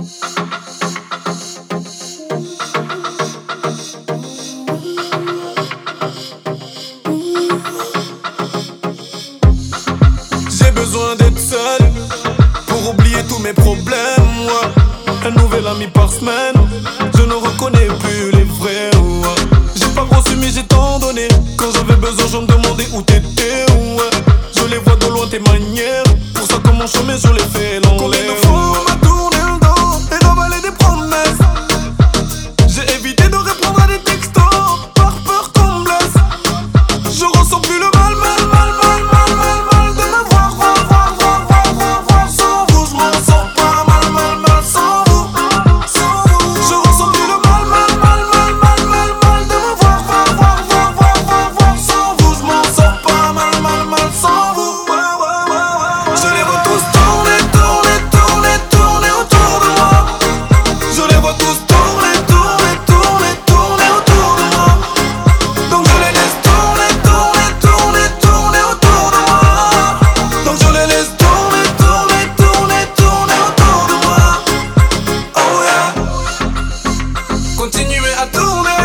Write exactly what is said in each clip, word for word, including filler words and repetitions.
J'ai besoin d'être seul pour oublier tous mes problèmes, ouais. Un nouvel ami par semaine, je ne reconnais plus les vrais, ouais. J'ai pas reçu mais j'ai tant donné. Quand j'avais besoin je me demandais où t'étais, ouais. Je les vois de loin tes manières, pour ça que mon chemin je l'ai fait l'enlève. Combien de fois on m'a tourné le dos et ravalé des promesses. J'ai évité de répondre à des textos par peur qu'on me blesse. Je ressens plus le mal, mal, mal, mal, mal, mal, mal de me voir, voir, voir, voir, voir, voir, voir sans vous. Je m'en sors pas mal, mal, mal sans vous, sans vous. Je ressens plus le mal, mal, mal, mal, mal, mal, mal de me voir, voir, voir, voir, voir, voir, voir sans vous. Je m'en sors pas mal, mal, mal sans vous. Je les vois tous tourner, tourner, tourner, tourner autour de moi. Je les vois tous tourner, tourner, tourner, tourner autour de moi. Donc je les laisse tourner, tourner, tourner, tourner autour de moi. Donc je les laisse tourner, tourner, tourner, tourner autour de moi. Oh yeah. Continuez à tourner.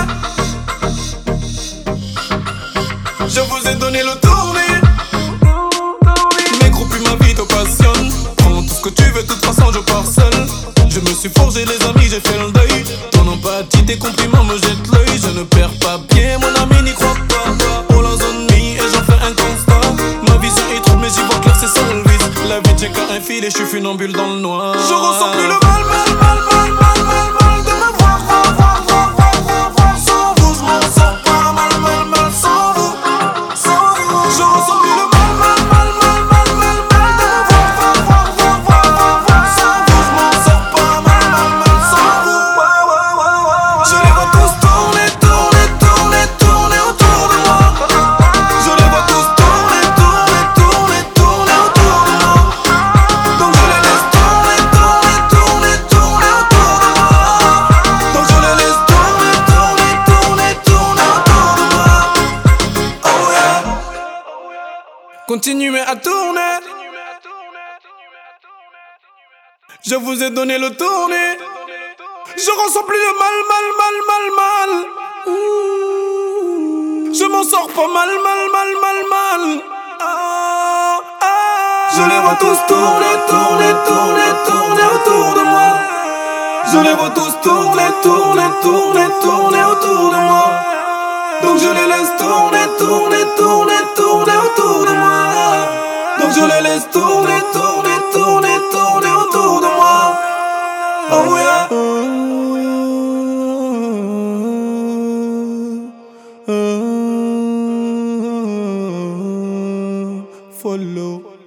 Je vous ai donné le tourner. Mes groupes puis ma vie te passionne. Prends tout ce que tu veux, de toute façon je pars seul. Je me suis forgé les amis, j'ai fait le deuil. Ton empathie, tes compliments me jettent l'œil. Je ne perds pas pied, mon ami n'y croit pas. Pour la zone mi et j'en fais un constat. Ma vision est trouble mais j'y vois clair, c'est ça le vice. La vie tient qu'à un fil et je suis funambule dans le noir. Je ressens plus le mal, mal, mal, mal, mal, mal, mal de me voir, voir, voir, voir, voir, voir, voir sans vous. Je m'en sors pas mal, mal, mal sans vous, sans vous. Je ressens plus le mal, mal, mal, mal, mal, mal, mal de me voir, voir, voir, voir, voir, voir, voir sans vous. Je m'en sors pas mal, mal, mal sans vous. Je les vois tous tourner, tourner, tourner, tourner autour de moi. Je les vois tous tourner, tourner, tourner, tourner autour de moi. Donc je les laisse tourner, tourner, tourner, tourner autour de moi. Donc je les laisse tourner, tourner, tourner, tourner autour de moi. Oh yeah. Continuez à tourner. Je vous ai donné le tourner. Je ressens plus le mal, mal, mal, mal, mal. Ouh. Je m'en sors pas mal, mal, mal, mal, mal. Ah, ah. Je les vois tous tourner, tourner, tourner, tourner autour de moi. Je les vois tous tourner, tourner, tourner, tourner autour de moi. Donc je les laisse tourner, tourner, tourner, tourner autour de moi. Donc je les laisse tourner, tourner, tourner, tourner autour de moi. Oh yeah. Follow.